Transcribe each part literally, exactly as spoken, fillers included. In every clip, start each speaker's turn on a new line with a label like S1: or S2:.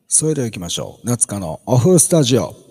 S1: それでは行きましょう。夏香のオフスタジオ。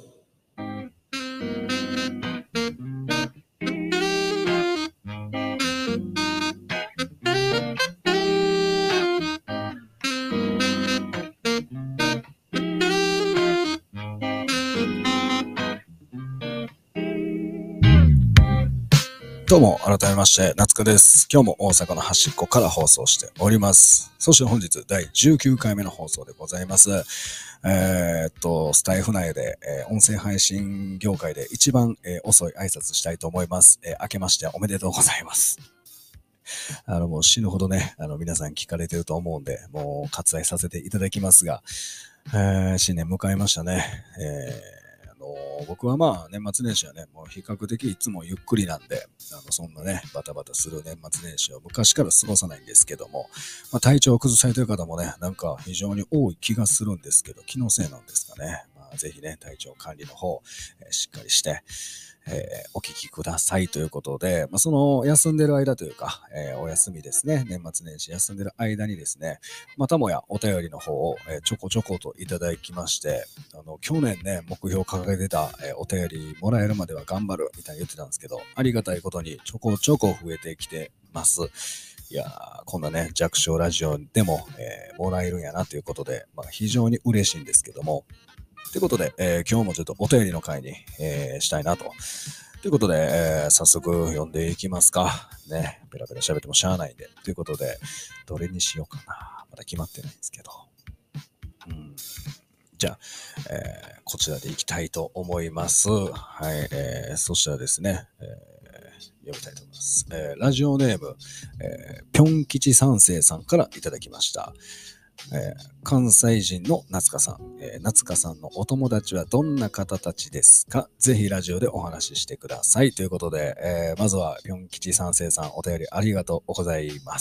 S1: どうも、改めまして、夏香です。今日も大阪の端っこから放送しております。そして本日だいじゅうきゅうかいめの放送でございます。えー、っと、スタイフ内で、えー、音声配信業界で一番、えー、遅い挨拶したいと思います。えー、明けましておめでとうございます。あの、もう死ぬほどね、あの、皆さん聞かれてると思うんで、もう割愛させていただきますが、えー、新年迎えましたね。えー僕はまあ年末年始はね、もう比較的いつもゆっくりなんで、あのそんなね、バタバタする年末年始を昔から過ごさないんですけども、まあ、体調を崩されてる方もね、なんか非常に多い気がするんですけど、気のせいなんですかね。まあ、ぜひね、体調管理の方、えー、しっかりして、えー、お聞きくださいということで、まあ、その休んでる間というか、えー、お休みですね、年末年始休んでる間にですね、またもやお便りの方を、えー、ちょこちょこといただきまして、あの去年ね、目標を掲げてた、えー、お便りもらえるまでは頑張るみたいに言ってたんですけど、ありがたいことにちょこちょこ増えてきてます。いやー、こんなね、弱小ラジオでも、えー、もらえるんやなということで、まあ、非常に嬉しいんですけども、ということで、えー、今日もちょっとお便りの回に、えー、したいなと。ということで、えー、早速読んでいきますか。ね、ペラペラ喋ってもしゃあないんで。ということで、どれにしようかな。まだ決まってないんですけど。うん、じゃあ、えー、こちらでいきたいと思います。はい、えー、そしたらですね、えー、読みたいと思います。えー、ラジオネーム、えー、ぴょん吉三世さんからいただきました。えー、関西人の夏香さん、えー、夏香さんのお友達はどんな方たちですか？ぜひラジオでお話ししてください。ということで、えー、まずはぴょん吉三世さん、お便りありがとうございます。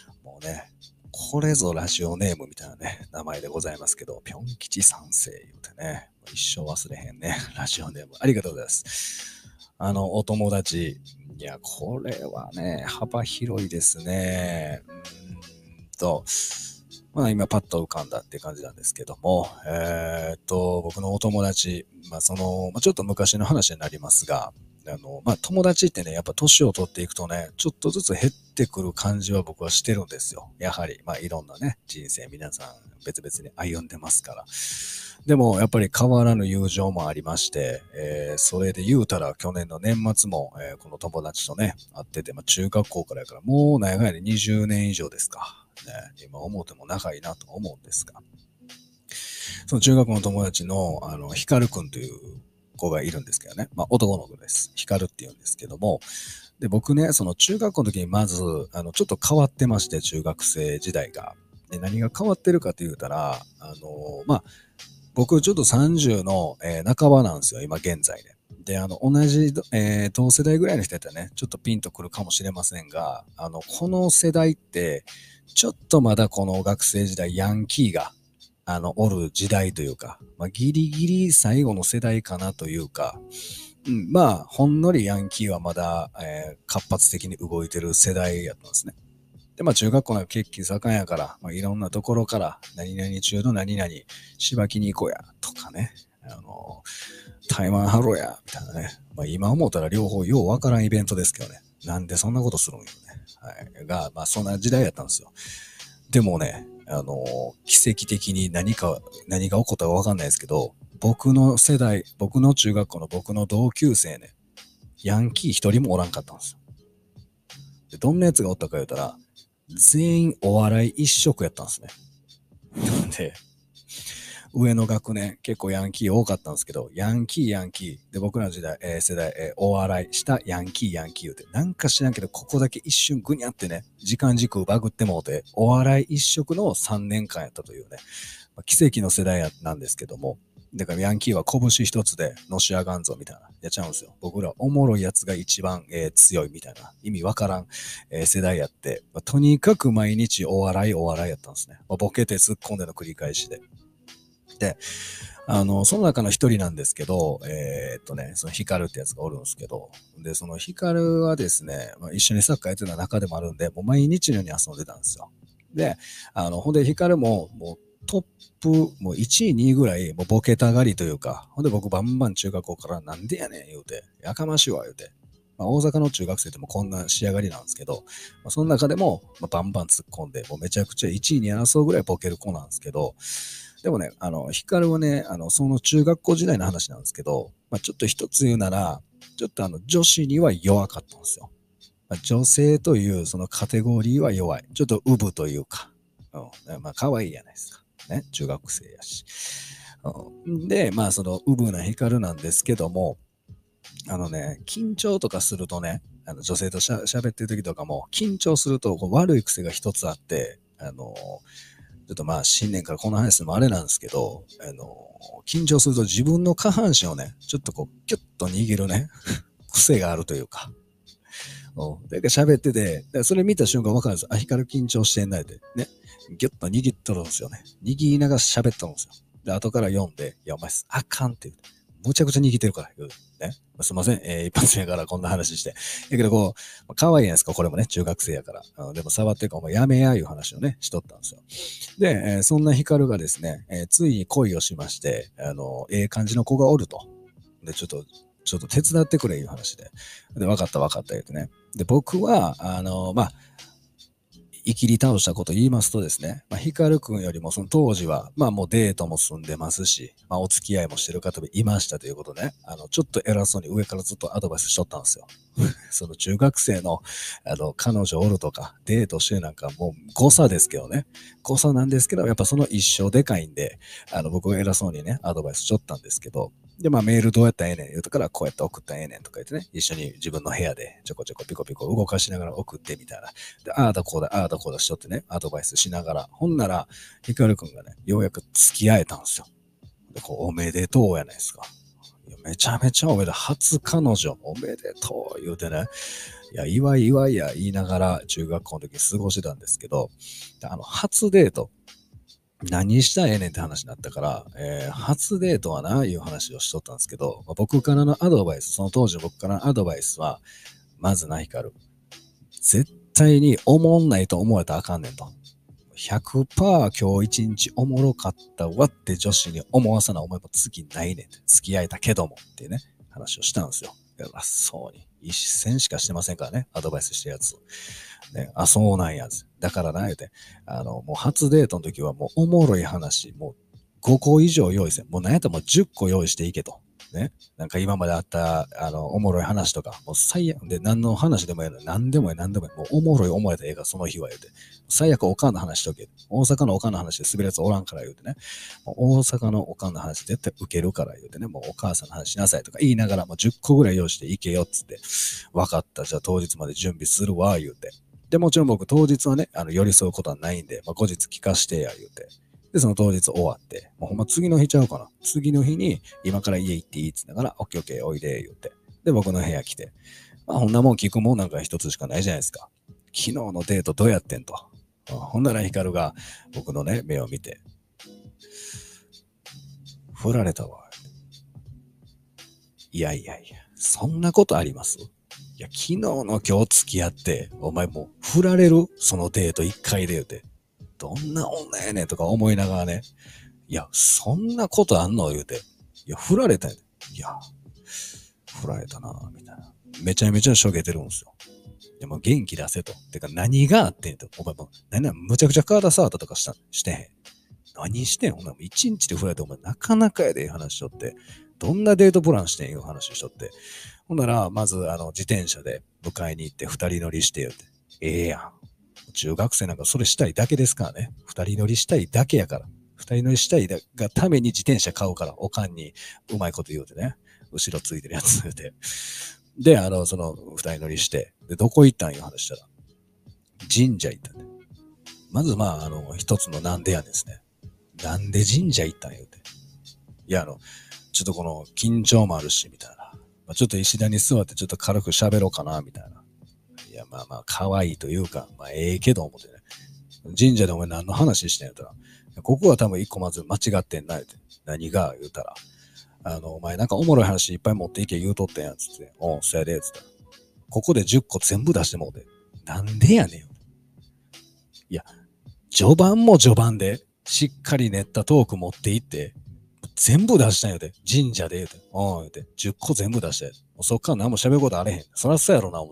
S1: もうね、これぞラジオネームみたいなね、名前でございますけど、ぴょん吉三世言うてね、一生忘れへんね、ラジオネーム。ありがとうございます。あの、お友達、いや、これはね、幅広いですね。うーんと、まあ今パッと浮かんだっていう感じなんですけども、えー、っと、僕のお友達、まあその、まあ、ちょっと昔の話になりますが、あの、まあ友達ってね、やっぱ年を取っていくとね、ちょっとずつ減ってくる感じは僕はしてるんですよ。やはり、まあいろんなね、人生皆さん別々に歩んでますから。でもやっぱり変わらぬ友情もありまして、えー、それで言うたら去年の年末も、えー、この友達とね、会ってて、まあ中学校からやからもう長いね、にじゅうねん以上ですか。ね、今思うても仲いいなと思うんですが、その中学の友達の、あの、ヒカルくんという子がいるんですけどね。まあ、男の子です。ヒカルって言うんですけども、で、僕ね、その中学校の時にまず、あの、ちょっと変わってまして、中学生時代が。で、何が変わってるかと言うたら、あの、まあ、僕ちょっとさんじゅうの、えー、半ばなんですよ、今現在で。で、あの、同じ、えー、同世代ぐらいの人やったらね、ちょっとピンとくるかもしれませんが、あの、この世代って、ちょっとまだこの学生時代、ヤンキーが、あの、おる時代というか、まあ、ギリギリ最後の世代かなというか、うん、まあ、ほんのりヤンキーはまだ、えー、活発的に動いてる世代やったんですね。で、まあ中学校の血気盛んやから、まあいろんなところから、何々中の何々、しばきに行こうや、とかね、あの、台湾ハローや、みたいなね。まあ今思ったら両方ようわからんイベントですけどね。なんでそんなことするんよね。はい。が、まあそんな時代やったんですよ。でもね、あの、奇跡的に何か、何が起こったかわかんないですけど、僕の世代、僕の中学校の僕の同級生ね、ヤンキー一人もおらんかったんですよ。で、どんなやつがおったか言うたら、全員お笑い一色やったんですね。で、上の学年、結構ヤンキー多かったんですけど、ヤンキーヤンキー。で、僕らの時代、えー、世代、えー、お笑い、したヤンキーヤンキー言うて、なんか知らんけど、ここだけ一瞬ぐにゃってね、時間軸バグってもうて、お笑い一色のさんねんかんやったというね、まあ、奇跡の世代なんですけども、だからヤンキーは拳一つでのし上がんぞみたいな、やっちゃうんですよ。僕らおもろいやつが一番、えー、強いみたいな、意味わからん、えー、世代やって、まあ、とにかく毎日お笑いお笑いやったんですね。まあ、ボケて突っ込んでの繰り返しで。で、あの、その中の一人なんですけど、えー、っとね、そのヒカルってやつがおるんですけど、で、そのヒカルはですね、まあ、一緒にサッカーやってた中でもあるんで、もう毎日のように遊んでたんですよ。で、あの、ほんでヒカルも、もう、 トップ、もういちい、にいぐらい、もうボケたがりというか、ほんで僕バンバン中学校からなんでやねん言うて、やかましいわ言うて、まあ、大阪の中学生でもこんな仕上がりなんですけど、まあ、その中でも、まあ、バンバン突っ込んで、もうめちゃくちゃいちいに争うぐらいボケる子なんですけど、でもね、あの、ヒカルはね、あの、その中学校時代の話なんですけど、まあ、ちょっと一つ言うなら、ちょっとあの、女子には弱かったんですよ。まあ、女性というそのカテゴリーは弱い。ちょっとウブというか、うん、まあ、可愛いじゃないですか。ね、中学生やし。うん、で、まあ、そのウブなヒカルなんですけども、あのね、緊張とかするとね、あの女性としゃ喋ってる時とかも、緊張するとこう悪い癖が一つあって、あの、ちょっとまあ新年からこの話するのもあれなんですけど、あの、緊張すると自分の下半身をね、ちょっとこう、キュッと握るね、癖があるというか。うん。だから喋ってて、だからそれ見た瞬間わかるんですよ。あ、ヒカル緊張してんないで。ね。ギュッと握っとるんですよね。握りながら喋っとるんですよ。で、後から読んで、いや、お前、あかんって言う。むちゃくちゃ握ってるから言う。ね。すいません。えー、一発目やからこんな話して。だけどこう、可愛いやんですか、これもね、中学生やから。うん、でも触ってるから、お前やめや、いう話をね、しとったんですよ。で、えーそんなヒカルがですね、えーついに恋をしまして、あの、ええ感じの子がおると。で、ちょっと、ちょっと手伝ってくれ、いう話で。で、分かった分かった言うてね。で、僕は、あの、まあ、生きり倒したこと言いますとですね、まあ、ヒカル君よりもその当時は、まあもうデートも済んでますし、まあお付き合いもしてる方もいましたということでね、あの、ちょっと偉そうに上からずっとアドバイスしとったんですよ。その中学生の、あの、彼女おるとか、デートしてなんかもう誤差ですけどね。誤差なんですけど、やっぱその一生でかいんで、あの、僕が偉そうにね、アドバイスしとったんですけど、で、まあメールどうやったらええねん言うたから、こうやって送ったらええねんとか言ってね、一緒に自分の部屋でちょこちょこピコピコ動かしながら送ってみたいな。で、ああだこうだ、ああだこうだしとってね、アドバイスしながら、ほんなら、ヒカルくんがね、ようやく付き合えたんですよ。で、こう、おめでとうやないですか。いやめちゃめちゃおめでとう。初彼女、おめでとう言うてね、いや、祝い祝いや言いながら中学校の時過ごしてたんですけど、あの、初デート、何したらええねんって話になったから、えー初デートはな、いう話をしとったんですけど、まあ僕からのアドバイス、その当時の僕からのアドバイスは、まずな、ヒカル。絶対におもんないと思われたらあかんねんと。ひゃくパーセント今日一日おもろかったわって女子に思わさなお前も次ないねん。付き合えたけどもっていうね、話をしたんですよ。偉そうに。一戦しかしてませんからね、アドバイスしたやつ。ね、あ、そうなんやつ。だからな、言うて。あの、もう初デートの時はもうおもろい話、もうごこ以上用意せん。もう何やったらもうじゅっこ用意していけと。ね。なんか今まであった、あの、おもろい話とか、もう最悪、で、何の話でもええの、何でもええ、何でもええ。もうおもろい思えた映画、その日は言うて。最悪おかんの話しとけ。大阪のおかんの話で滑るやつおらんから言うてね。もう大阪のおかんの話絶対受けるから言うてね。もうお母さんの話しなさいとか言いながら、もうじゅっこぐらい用意していけよっつって。分かった。じゃあ当日まで準備するわ、言うて。で、もちろん僕当日はね、あの、寄り添うことはないんで、まあ、後日聞かしてや、言うて。で、その当日終わって、もうほんま次の日ちゃうかな。次の日に、今から家行っていいっつってながら、オッケーオッケーおいで、言うて。で、僕の部屋来て。まあ、こんなもん聞くもんなんか一つしかないじゃないですか。昨日のデートどうやってんと。ほんならヒカルが僕のね、目を見て、振られたわ。いやいやいや、そんなことあります？いや、昨日の今日付き合って、お前もう振られるそのデート一回で言うて。どんな女やねんとか思いながらね。いや、そんなことあんの言うて。いや、振られたんやで。いや、振られたなみたいな。めちゃめちゃしょげてるんですよ。でも元気出せと。てか何があってんと。お前もう、何や、むちゃくちゃ体触ったとかした、してへん。何してんお前もう一日で振られて、お前なかなかやで話しとって。どんなデートプランしてんいう話しとって。ほんなら、まず、あの、自転車で迎えに行って二人乗りしてよって。ええやん。中学生なんかそれしたいだけですからね。二人乗りしたいだけやから。二人乗りしたいがために自転車買うから、おかんにうまいこと言うてね。後ろついてるやつ言うて。で、あの、その、二人乗りして、で、どこ行ったんいう話したら、神社行ったんで。まず、まあ、あの、一つのなんでやですね。なんで神社行ったん言うて。いや、あの、ちょっとこの、緊張もあるし、みたいな。まあ、ちょっと石段に座ってちょっと軽く喋ろうかな、みたいな。いや、まあまあ、可愛いというか、まあ、ええけど思ってね。神社でお前何の話してんやったら、ここは多分一個まず間違ってんな、って。何が言うたら、あの、お前なんかおもろい話いっぱい持っていけ言うとってんやつって。おう、そやで、つったら。ここでじゅっこ全部出してもうて。なんでやねん。いや、序盤も序盤で、 しっかり練ったトーク持って行って、全部出したんよで。神社で言うて。うん、言うて。じゅっこ全部出して。もうそっから何も喋ることあれへん。そらそうやろな、思って。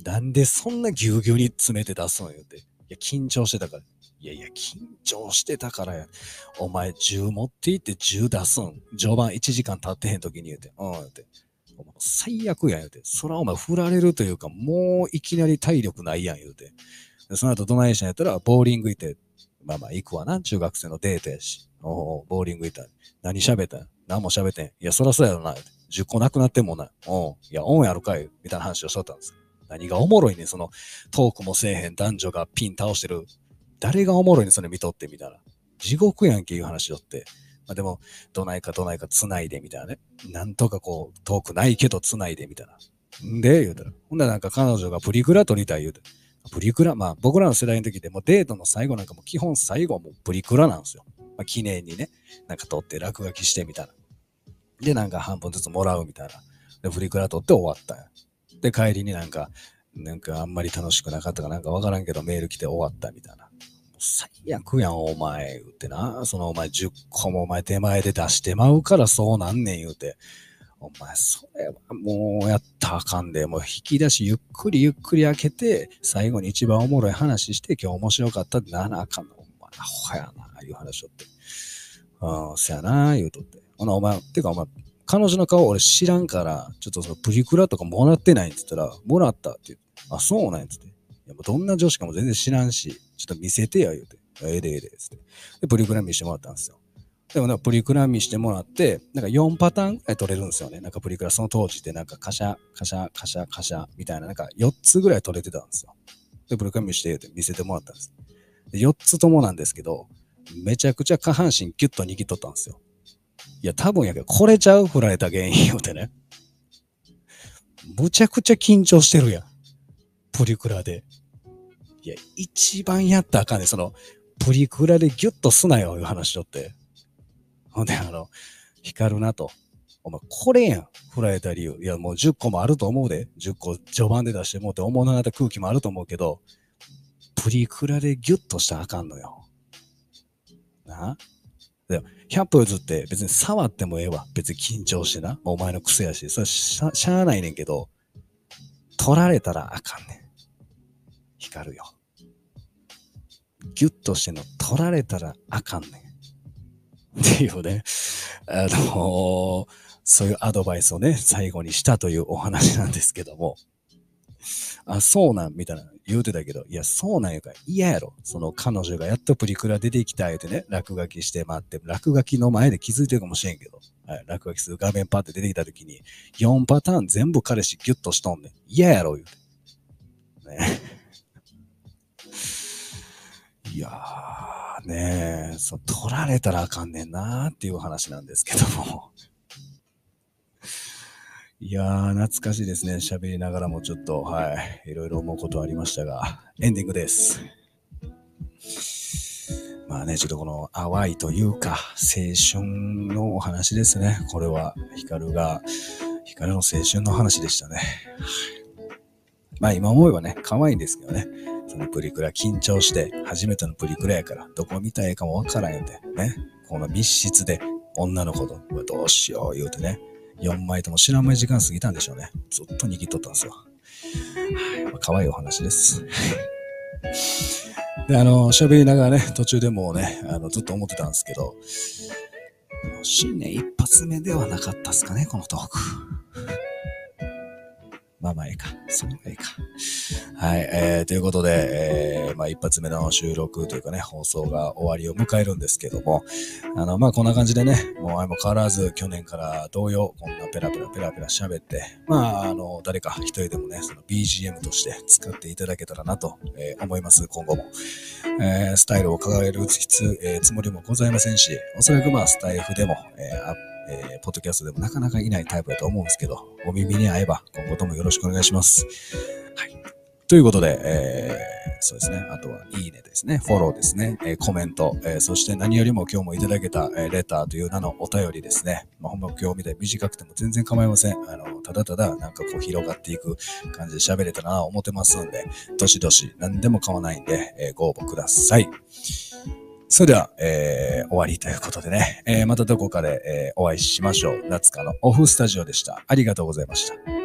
S1: なんでそんなぎゅうぎゅうに詰めて出すの言うて。いや、緊張してたから。いやいや、緊張してたからや。お前、じゅう持って行ってじゅう出すん。序盤いちじかん経ってへん時に言うて。うん、言うて。最悪やん言うて。そらお前振られるというか、もういきなり体力ないやん言うて。でその後どないしたんやったら、ボーリング行って、まあまあ行くわな。中学生のデートやし。おボーリング行った。何喋ったん何も喋ってん。いや、そらそうやろな。じゅっこなくなってんもんな。おいや、オンやるかいみたいな話をしとったんです。何がおもろいねそのトークもせえへん男女がピン倒してる。誰がおもろいねそれ見とってみたいな。地獄やんけいう話よって。まあでも、どないかどないか繋いでみたいなね。なんとかこう、トークないけど繋いでみたいな。んで、言うたら。ほんならなんか彼女がプリクラ撮りたい言うて。プリクラ、まあ僕らの世代の時でもうデートの最後なんかも基本最後はもうプリクラなんですよ。まあ記念にね、なんか撮って落書きしてみたいな。で、なんか半分ずつもらうみたいな。で、プリクラ撮って終わったんや。で、帰りになんか、なんかあんまり楽しくなかったかなんかわからんけどメール来て終わったみたいな。最悪やん、お前、言うてな。そのお前じゅっこもお前手前で出してまうからそうなんねん、言うて。お前、それはもうやったらあかんで、もう引き出しゆっくりゆっくり開けて、最後に一番おもろい話して、今日面白かったってならなあかんの。お前、アホやな、いう話をって。うん、そやな、言うとって。ほな、お前、てかお前、彼女の顔俺知らんから、ちょっとそのプリクラとかもらってないって言ったら、もらったって言って、あ、そうなんやつって。いや、もうどんな女子かも全然知らんし、ちょっと見せてや、言うて。ええでええで、つって。で、プリクラ見してもらったんですよ。でもなんかプリクラ見してもらって、なんかよんパターンくらい撮れるんですよね。なんかプリクラその当時ってなんかカシャ、カシャ、カシャ、カシャみたいななんかよっつぐらい撮れてたんですよ。で、プリクラ見してって見せてもらったんです。でよっつともなんですけど、めちゃくちゃ下半身ギュッと握っとったんですよ。いや、多分やけど、これちゃう振られた原因よってね。むちゃくちゃ緊張してるやん。プリクラで。いや、一番やったらあかんねん。その、プリクラでギュッとすなよ、いう話しとって。ほんで、あの、光るなと。お前、これやん。振られた理由。いや、もうじゅっこもあると思うで。じゅっこ序盤で出してもうて、思わなかった空気もあると思うけど、プリクラでギュッとしたらあかんのよ。なでひゃっぽ譲って別に触ってもええわ。別に緊張してな。お前の癖やし。それしゃ、しゃあないねんけど、取られたらあかんねん。光るよ。ギュッとしてんの取られたらあかんねん。っていうね、あのー、そういうアドバイスをね、最後にしたというお話なんですけども、あ、そうなんみたいな言うてたけど、いや、そうなんやから嫌やろ。その彼女がやっとプリクラ出てきた言うてね、落書きして待って、落書きの前で気づいてるかもしれんけど、はい、落書きする画面パって出てきた時に、よんパターン全部彼氏ギュッとしとんねん。嫌やろ、言うて。ね。いやー、ねえ、そう、取られたらあかんねんなーっていう話なんですけども。いやー、懐かしいですね。喋りながらもちょっと、はい、いろいろ思うことはありましたが、エンディングです。まあね、ちょっとこの淡いというか、青春のお話ですね。これは、ヒカルが、ヒカルの青春の話でしたね。まあ今思えばね、可愛いんですけどね。そのプリクラ緊張して、初めてのプリクラやから、どこ見たらええかもわからんよで、ね。この密室で、女の子と、どうしよう言うてね。よんまいとも知らんまい時間過ぎたんでしょうね。ずっと握っとったんですよ。まあ、可愛いお話です。で、あの、喋りながらね、途中でもうね、あの、ずっと思ってたんですけど、新年一発目ではなかったっすかね、このトーク。まあまあいいか。それはいいか。はい、えー、ということで、えー、まあ一発目の収録というかね、放送が終わりを迎えるんですけども、あの、まあこんな感じでね、もう相も変わらず去年から同様、こんなペラペラペラペラ喋って、まああの、誰か一人でもね、その ビージーエム として使っていただけたらなと、えー、思います、今後も。えー、スタイルを掲げるつ、えー、つもりもございませんし、おそらくまあスタイフでも、えー、アップえー、ポッドキャストでもなかなかいないタイプだと思うんですけど、お耳に合えば今後ともよろしくお願いします。はい。ということで、えー、そうですね。あとは、いいねですね。フォローですね。えー、コメント、えー、そして何よりも今日もいただけた、えー、レターという名のお便りですね。まあ、ほんま今日みたいに短くても全然構いません。あの、ただただなんかこう広がっていく感じで喋れたらなと思ってますんで、どしどし何でも構わないんで、えー、ご応募ください。 それでは、えー、終わりということでね、えー、またどこかで、えー、お会いしましょう。夏香のオフスタジオでした。ありがとうございました。